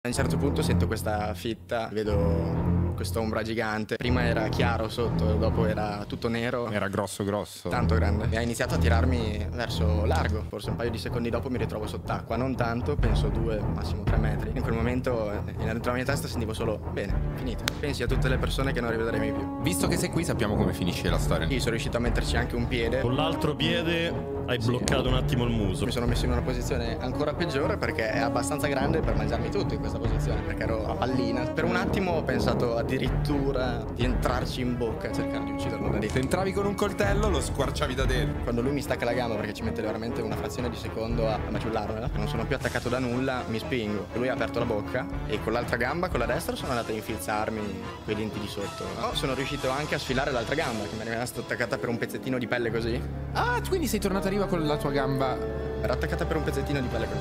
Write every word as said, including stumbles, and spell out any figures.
un certo punto sento questa fitta, vedo quest'ombra gigante. Prima era chiaro sotto, dopo era tutto nero. Era grosso grosso. Tanto grande. E ha iniziato a tirarmi verso largo. Forse un paio di secondi dopo mi ritrovo sott'acqua. Non tanto, penso due, massimo tre metri. In quel momento, dentro la mia testa sentivo solo: bene, finito. Pensi a tutte le persone che non rivedrei mai più. Visto che sei qui, sappiamo come finisce la storia. Io sono riuscito a metterci anche un piede. Con l'altro piede hai Sì. bloccato un attimo il muso. Mi sono messo in una posizione ancora peggiore perché è abbastanza grande per mangiarmi tutto in questa posizione, perché ero a pallina. Per un attimo ho pensato addirittura di entrarci in bocca e cercare di ucciderlo da Se dentro. entravi con un coltello, lo squarciavi da dentro. Quando lui mi stacca la gamba, perché ci mette veramente una frazione di secondo a, a maciullarmela, non sono più attaccato da nulla, mi spingo. Lui ha aperto la bocca e con l'altra gamba, con la destra, sono andato a infilzarmi quei denti di sotto. No, sono riuscito anche a sfilare l'altra gamba, che mi è rimasta attaccata per un pezzettino di pelle così. Ah, quindi sei tornato a riva con la tua gamba. Era attaccata per un pezzettino di pelle così.